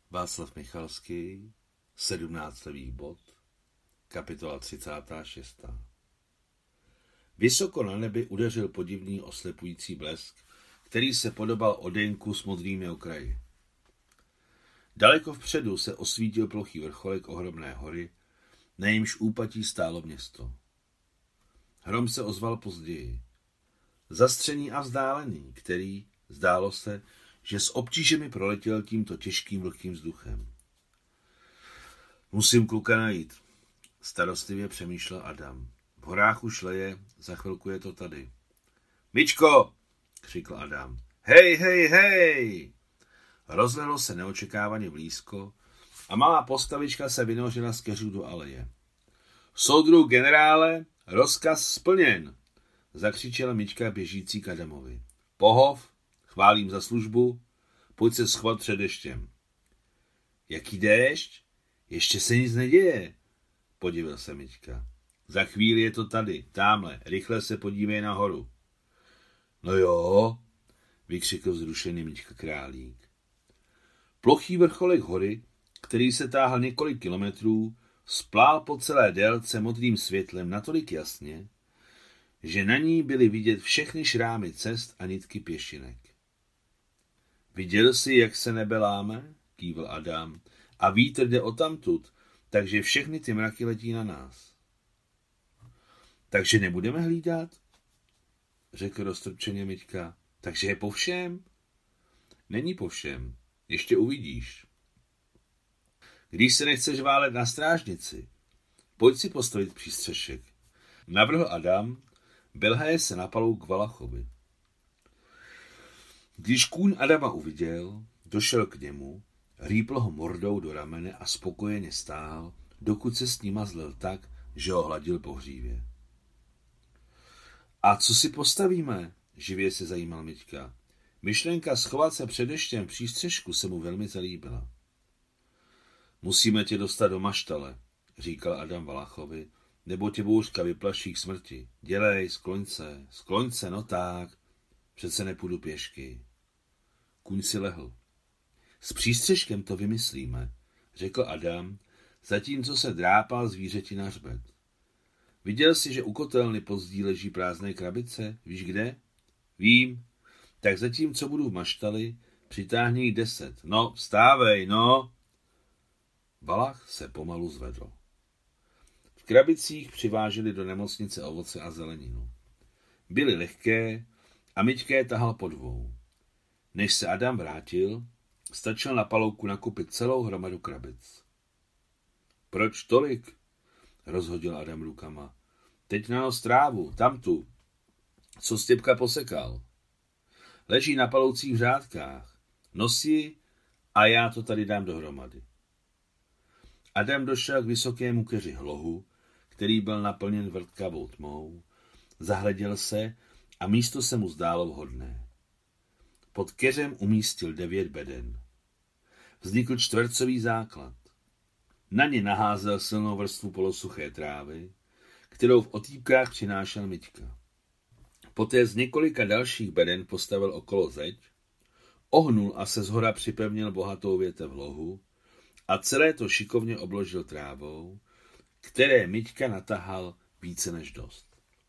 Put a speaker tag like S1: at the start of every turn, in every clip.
S1: Václav Michalský, 17. bod, kapitola 36. Vysoko na nebi udeřil podivný oslepující blesk, který se podobal odejnku s modrými okraji. Daleko vpředu se osvítil plochý vrcholek ohromné hory, na jejímž úpatí stálo město. Hrom se ozval později. Zastřený a vzdálený, který, zdálo se, že s obtížemi proletěl tímto těžkým vlhkým vzduchem. Musím kluka najít, starostlivě přemýšlel Adam. V horách už leje, za chvilku je to tady. Mičko, křikl Adam. Hej, hej, hej! Rozlehlo se neočekávaně blízko a malá postavička se vynořila z keřů do aleje. Soudruh generále, rozkaz splněn, zakřičela Mička běžící k Adamovi. Pohov, chválím za službu, pojď se schovat před deštěm. Jaký déšť? Ještě se nic neděje, podivil se Mička. Za chvíli je to tady, támhle, rychle se podívej nahoru. No jo, vykřikl vzrušený Mička Králík. Plochý vrcholek hory, který se táhl několik kilometrů, splál po celé délce modrým světlem natolik jasně, že na ní byly vidět všechny šrámy cest a nitky pěšinek. Viděl jsi, jak se nebe láme? Kývl Adam. A vítr jde odtamtud, takže všechny ty mraky letí na nás. Takže nebudeme hlídat? Řekl roztrpčeně Miťka. Takže je po všem? Není po všem. Ještě uvidíš. Když se nechceš válet na strážnici, pojď si postavit přístřešek. Navrhl Adam, belhaje se na palou k Valachovi. Když kůň Adama uviděl, došel k němu, rýpl ho mordou do ramene a spokojeně stál, dokud se s ním mazlil tak, že ho hladil po hřívě. A co si postavíme? Živě se zajímal Miťka. Myšlenka schovat se před deštěm v přístřešku se mu velmi zalíbila. Musíme tě dostat do maštale, říkal Adam Valachovi, nebo tě bouřka vyplaší k smrti. Dělej, skloň se, no tak, přece nepůjdu pěšky. Kůň si lehl. S přístřeškem to vymyslíme, řekl Adam, zatímco se drápal zvířeti na hřbet. Viděl jsi, že u kotelny pod zdí leží prázdné krabice? Víš kde? Vím. Tak zatímco budu v maštali, přitáhni jich 10. No, vstávej, no. Valach se pomalu zvedl. V krabicích přiváželi do nemocnice ovoce a zeleninu. Byly lehké a Miťka je tahal po dvou. Než se Adam vrátil, stačil na palouku nakupit celou hromadu krabic. Proč tolik? Rozhodil Adam rukama. Teď na trávu, tamtu. Co Stěpka posekal? Leží na paloucích v řádkách. Nosí a já to tady dám dohromady. Adam došel k vysokému keři hlohu, který byl naplněn vrtkavou tmou, zahleděl se a místo se mu zdálo vhodné. Pod keřem umístil 9 beden. Vznikl čtvercový základ. Na ně naházel silnou vrstvu polosuché trávy, kterou v otýpkách přinášel Miťka. Poté z několika dalších beden postavil okolo zeď, ohnul a se zhora připevnil bohatou větev lohu a celé to šikovně obložil trávou, které Miťka natahal více než dost.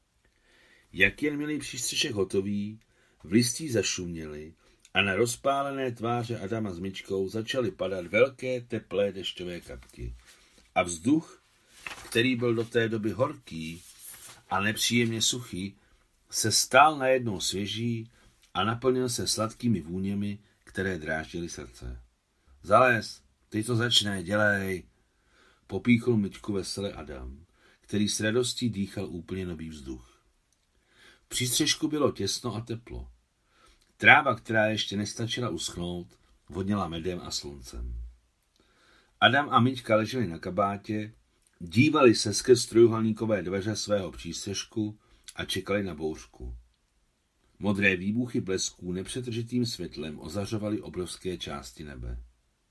S1: Jak jen měli přístřešek hotový, v listí zašuměli a na rozpálené tváře Adama s Mičkou začaly padat velké teplé dešťové kapky a vzduch, který byl do té doby horký a nepříjemně suchý, se stál najednou svěží a naplnil se sladkými vůněmi, které dráždily srdce. Zalez, teď to začne, dělej, popíchl Miťku vesele Adam, který s radostí dýchal úplně nový vzduch. V přístřešku bylo těsno a teplo. Tráva, která ještě nestačila uschnout, voněla medem a sluncem. Adam a Miťka leželi na kabátě, dívali se skrz trojúhelníkové dveře svého přístřešku a čekali na bouřku. Modré výbuchy blesků nepřetržitým světlem ozařovaly obrovské části nebe.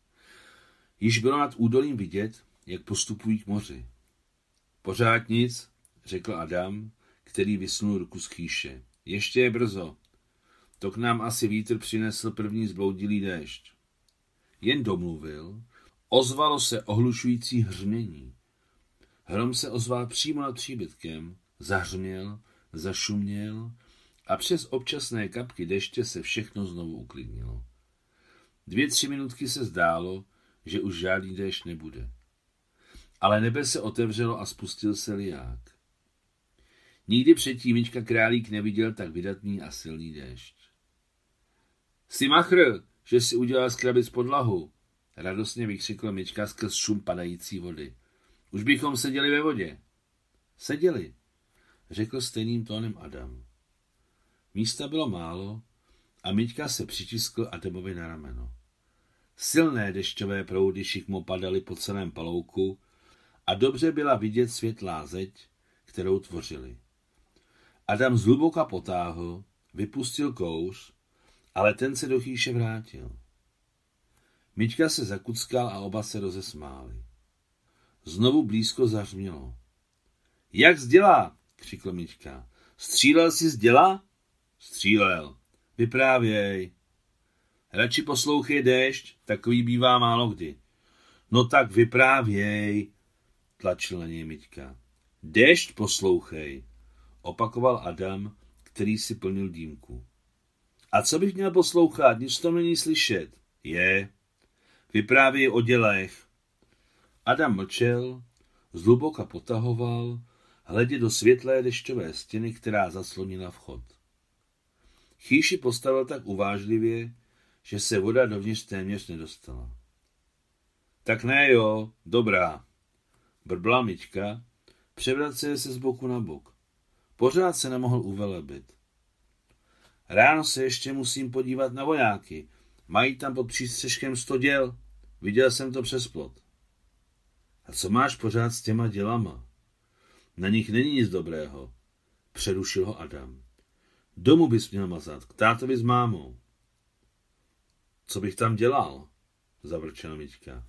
S1: Již bylo nad údolím vidět, jak postupují k moři. Pořád nic, řekl Adam, který vysunul ruku z chýše. Ještě je brzo. To k nám asi vítr přinesl první zbloudilý déšť. jen domluvil, ozvalo se ohlušující hřmění. Hrom se ozval přímo nad příbytkem, zahřměl, zašuměl a přes občasné kapky deště se všechno znovu uklidnilo. 2-3 minutky se zdálo, že už žádný déšť nebude. Ale nebe se otevřelo a spustil se liják. Nikdy předtím Miťka Králík neviděl tak vydatný a silný déšť. Jsi machr, že si udělal z krabic podlahu, radostně vykřikl Miťka skrz šum padající vody. Už bychom seděli ve vodě. Seděli, řekl stejným tónem Adam. Místa bylo málo a Miťka se přitiskl Adamovi na rameno. Silné dešťové proudy šikmo padaly po celém palouku a dobře byla vidět světlá zeď, kterou tvořili. Adam zhluboka potáhl, vypustil kouř, ale ten se do chýše vrátil. Miťka se zakuckal a oba se rozesmáli. Znovu blízko zahřmělo. Jak z děla? Křikl Miťka. Střílel jsi z děla? Střílel. Vyprávěj. Radši poslouchej déšť, takový bývá málo kdy. No tak vyprávěj, tlačil na něj Miťka. Déšť poslouchej, opakoval Adam, který si plnil dýmku. A co bych měl poslouchat, nic to není slyšet. Je. Vyprávěj o dělech. Adam mlčel, zhluboka potahoval, hledě do světlé dešťové stěny, která zaslonila vchod. Chýši postavil tak uvážlivě, že se voda dovnitř téměř nedostala. Tak ne jo, dobrá, brbla Miťka, převraceje se z boku na bok. Pořád se nemohl uvelebit. Ráno se ještě musím podívat na vojáky. Mají tam pod přístřeškem 100 děl. Viděl jsem to přes plot. A co máš pořád s těma dělama? Na nich není nic dobrého, přerušil ho Adam. Domů bys měl mazat, k tátovi s mámou. Co bych tam dělal? Zavrčela Miťka.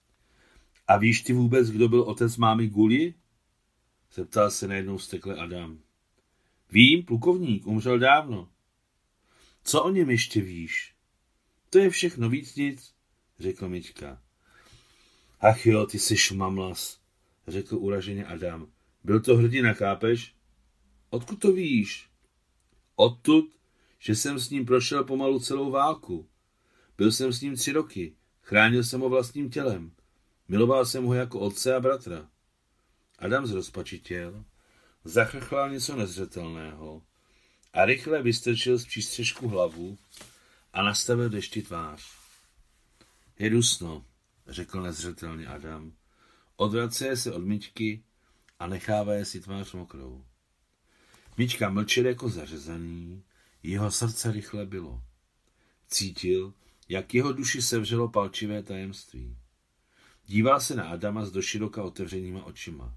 S1: A víš ty vůbec, kdo byl otec mámy Guli? Zeptal se najednou vztekle Adam. Vím, plukovník, umřel dávno. Co o něm ještě víš? To je všechno, víc nic, řekl Miťka. Ach jo, ty jsi šmamlas, řekl uraženě Adam. Byl to hrdina, chápeš? Odkud to víš? Odtud, že jsem s ním prošel pomalu celou válku. Byl jsem s ním 3 roky, chránil jsem ho vlastním tělem. Miloval jsem ho jako otce a bratra. Adam zrozpačitěl, zachrchlal něco nezřetelného a rychle vystrčil z přístřešku hlavu a nastavil dešti tvář. Je dusno, řekl nezřetelně Adam. Odvraceje se od Miťky a nechávaje si tvář mokrou. Miťka mlčel jako zařezaný, jeho srdce rychle bylo. Cítil, jak jeho duši sevřelo palčivé tajemství. Díval se na Adama s doširoka otevřenýma očima.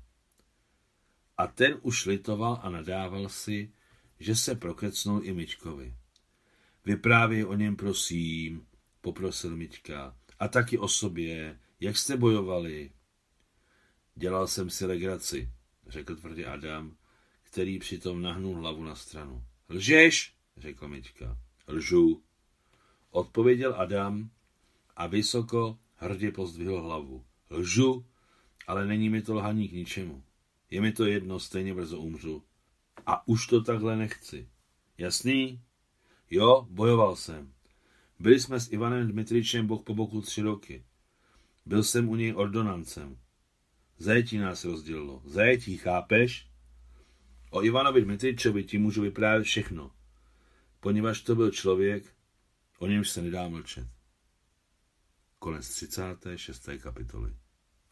S1: A ten už litoval a nadával si, že se prokecnul i Miťkovi. Vyprávěj o něm, prosím, poprosil Miťka. A taky o sobě, jak jste bojovali. Dělal jsem si legraci, řekl tvrdě Adam, který přitom nahnul hlavu na stranu. Lžeš, řekl Miťka. Lžu, odpověděl Adam a vysoko hrdě pozdvihl hlavu. Lžu, ale není mi to lhaní k ničemu. Je mi to jedno, stejně brzo umřu. A už to takhle nechci. Jasný? Jo, bojoval jsem. Byli jsme s Ivanem Dmitričem bok po boku 3 roky. Byl jsem u něj ordonancem. Zajetí nás rozdělilo. Zajetí, chápeš? O Ivanovi Dmitričovi ti můžu vyprávět všechno, poněvadž to byl člověk, o němž se nedá mlčet. Konec 36. kapitoly.